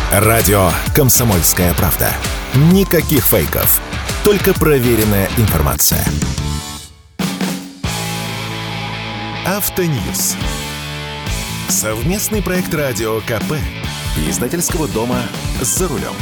Радио «Комсомольская правда». Никаких фейков. Только проверенная информация. Автоньюз. Совместный проект Радио КП. Издательского дома «За рулем».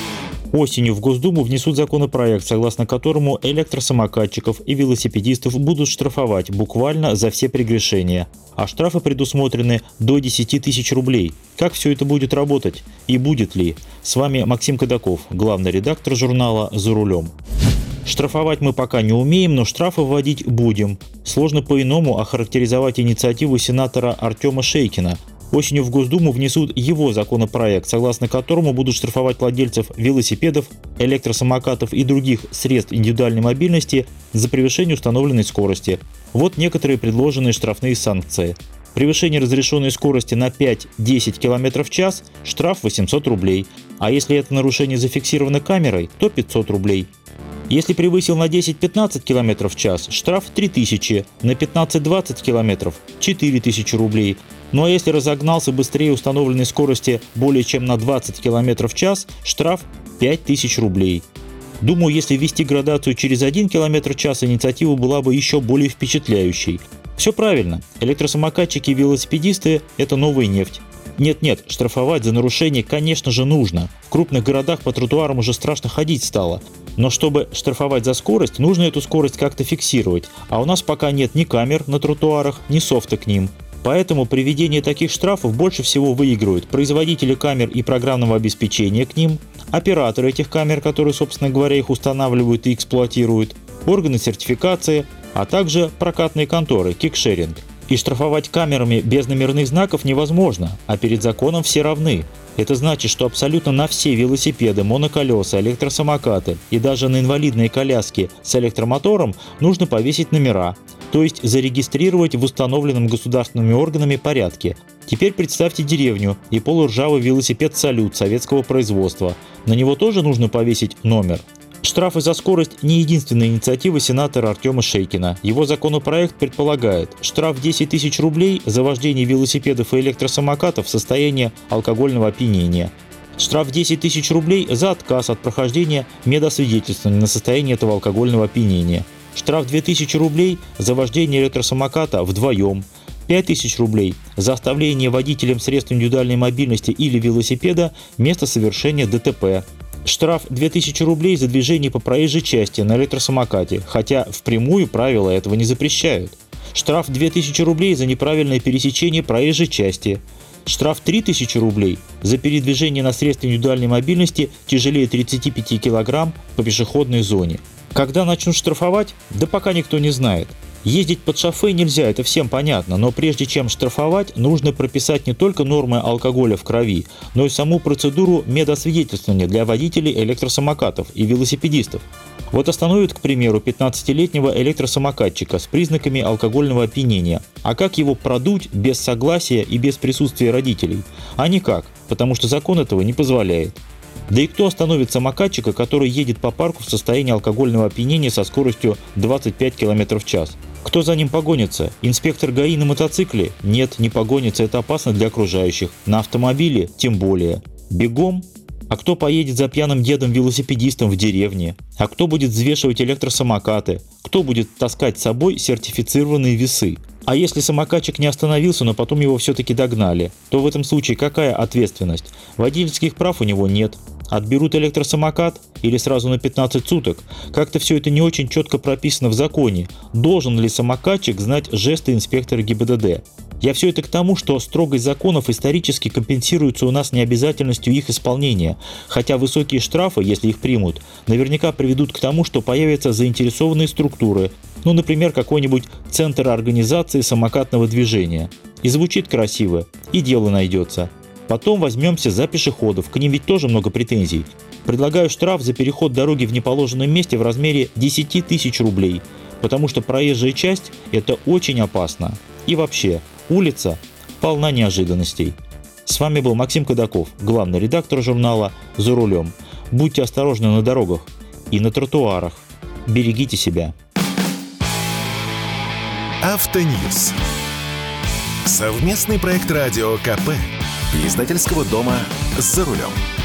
Осенью в Госдуму внесут законопроект, согласно которому электросамокатчиков и велосипедистов будут штрафовать буквально за все прегрешения. А штрафы предусмотрены до 10 тысяч рублей. Как все это будет работать? И будет ли? С вами Максим Кадаков, главный редактор журнала «За рулем». Штрафовать мы пока не умеем, но штрафы вводить будем. Сложно по-иному охарактеризовать инициативу сенатора Артема Шейкина. Осенью в Госдуму внесут его законопроект, согласно которому будут штрафовать владельцев велосипедов, электросамокатов и других средств индивидуальной мобильности за превышение установленной скорости. Вот некоторые предложенные штрафные санкции. Превышение разрешенной скорости на 5-10 км в час – штраф 800 рублей, а если это нарушение зафиксировано камерой, то 500 рублей. Если превысил на 10-15 км в час, штраф 3000, на 15-20 км – 4000 рублей. Ну а если разогнался быстрее установленной скорости более чем на 20 км в час, штраф 5000 рублей. Думаю, если ввести градацию через 1 км в час, инициатива была бы еще более впечатляющей. Все правильно, электросамокатчики и велосипедисты – это новая нефть. Нет, штрафовать за нарушение, конечно же, нужно. В крупных городах по тротуарам уже страшно ходить стало. Но чтобы штрафовать за скорость, нужно эту скорость как-то фиксировать. А у нас пока нет ни камер на тротуарах, ни софта к ним. Поэтому при введении таких штрафов больше всего выигрывают производители камер и программного обеспечения к ним, операторы этих камер, которые, собственно говоря, их устанавливают и эксплуатируют, органы сертификации, а также прокатные конторы, кикшеринг. И штрафовать камерами без номерных знаков невозможно, а перед законом все равны. Это значит, что абсолютно на все велосипеды, моноколеса, электросамокаты и даже на инвалидные коляски с электромотором нужно повесить номера, то есть зарегистрировать в установленном государственными органами порядке. Теперь представьте деревню и полуржавый велосипед «Салют» советского производства. На него тоже нужно повесить номер. Штрафы за скорость – не единственная инициатива сенатора Артема Шейкина. Его законопроект предполагает штраф 10 тысяч рублей за вождение велосипедов и электросамокатов в состоянии алкогольного опьянения. Штраф 10 тысяч рублей за отказ от прохождения медосвидетельствования на состояние этого алкогольного опьянения. Штраф 2000 рублей за вождение электросамоката вдвоем. 5000 рублей за оставление водителем средств индивидуальной мобильности или велосипеда места совершения ДТП. Штраф 2000 рублей за движение по проезжей части на электросамокате, хотя впрямую правила этого не запрещают. Штраф 2000 рублей за неправильное пересечение проезжей части. Штраф 3000 рублей за передвижение на средстве индивидуальной мобильности тяжелее 35 кг по пешеходной зоне. Когда начнут штрафовать? Да пока никто не знает. Ездить под шофе нельзя, это всем понятно, но прежде чем штрафовать, нужно прописать не только нормы алкоголя в крови, но и саму процедуру медосвидетельствования для водителей электросамокатов и велосипедистов. Вот остановят, к примеру, 15-летнего электросамокатчика с признаками алкогольного опьянения. А как его продуть без согласия и без присутствия родителей? А никак, потому что закон этого не позволяет. Да и кто остановит самокатчика, который едет по парку в состоянии алкогольного опьянения со скоростью 25 км в час? Кто за ним погонится? Инспектор ГАИ на мотоцикле? Нет, не погонится, это опасно для окружающих. На автомобиле тем более. Бегом? А кто поедет за пьяным дедом-велосипедистом в деревне? А кто будет взвешивать электросамокаты? Кто будет таскать с собой сертифицированные весы? А если самокатчик не остановился, но потом его все-таки догнали, то в этом случае какая ответственность? Водительских прав у него нет. Отберут электросамокат или сразу на 15 суток? Как-то все это не очень четко прописано в законе. Должен ли самокатчик знать жесты инспектора ГИБДД? Я все это к тому, что строгость законов исторически компенсируется у нас необязательностью их исполнения, хотя высокие штрафы, если их примут, наверняка приведут к тому, что появятся заинтересованные структуры, например, какой-нибудь центр организации самокатного движения. И звучит красиво, и дело найдется. Потом возьмемся за пешеходов, к ним ведь тоже много претензий. Предлагаю штраф за переход дороги в неположенном месте в размере 10 тысяч рублей, потому что проезжая часть – это очень опасно. И вообще, улица полна неожиданностей. С вами был Максим Кадаков, главный редактор журнала «За рулем». Будьте осторожны на дорогах и на тротуарах. Берегите себя. Автоньюз. Совместный проект Радио КП. Издательского дома «За рулем».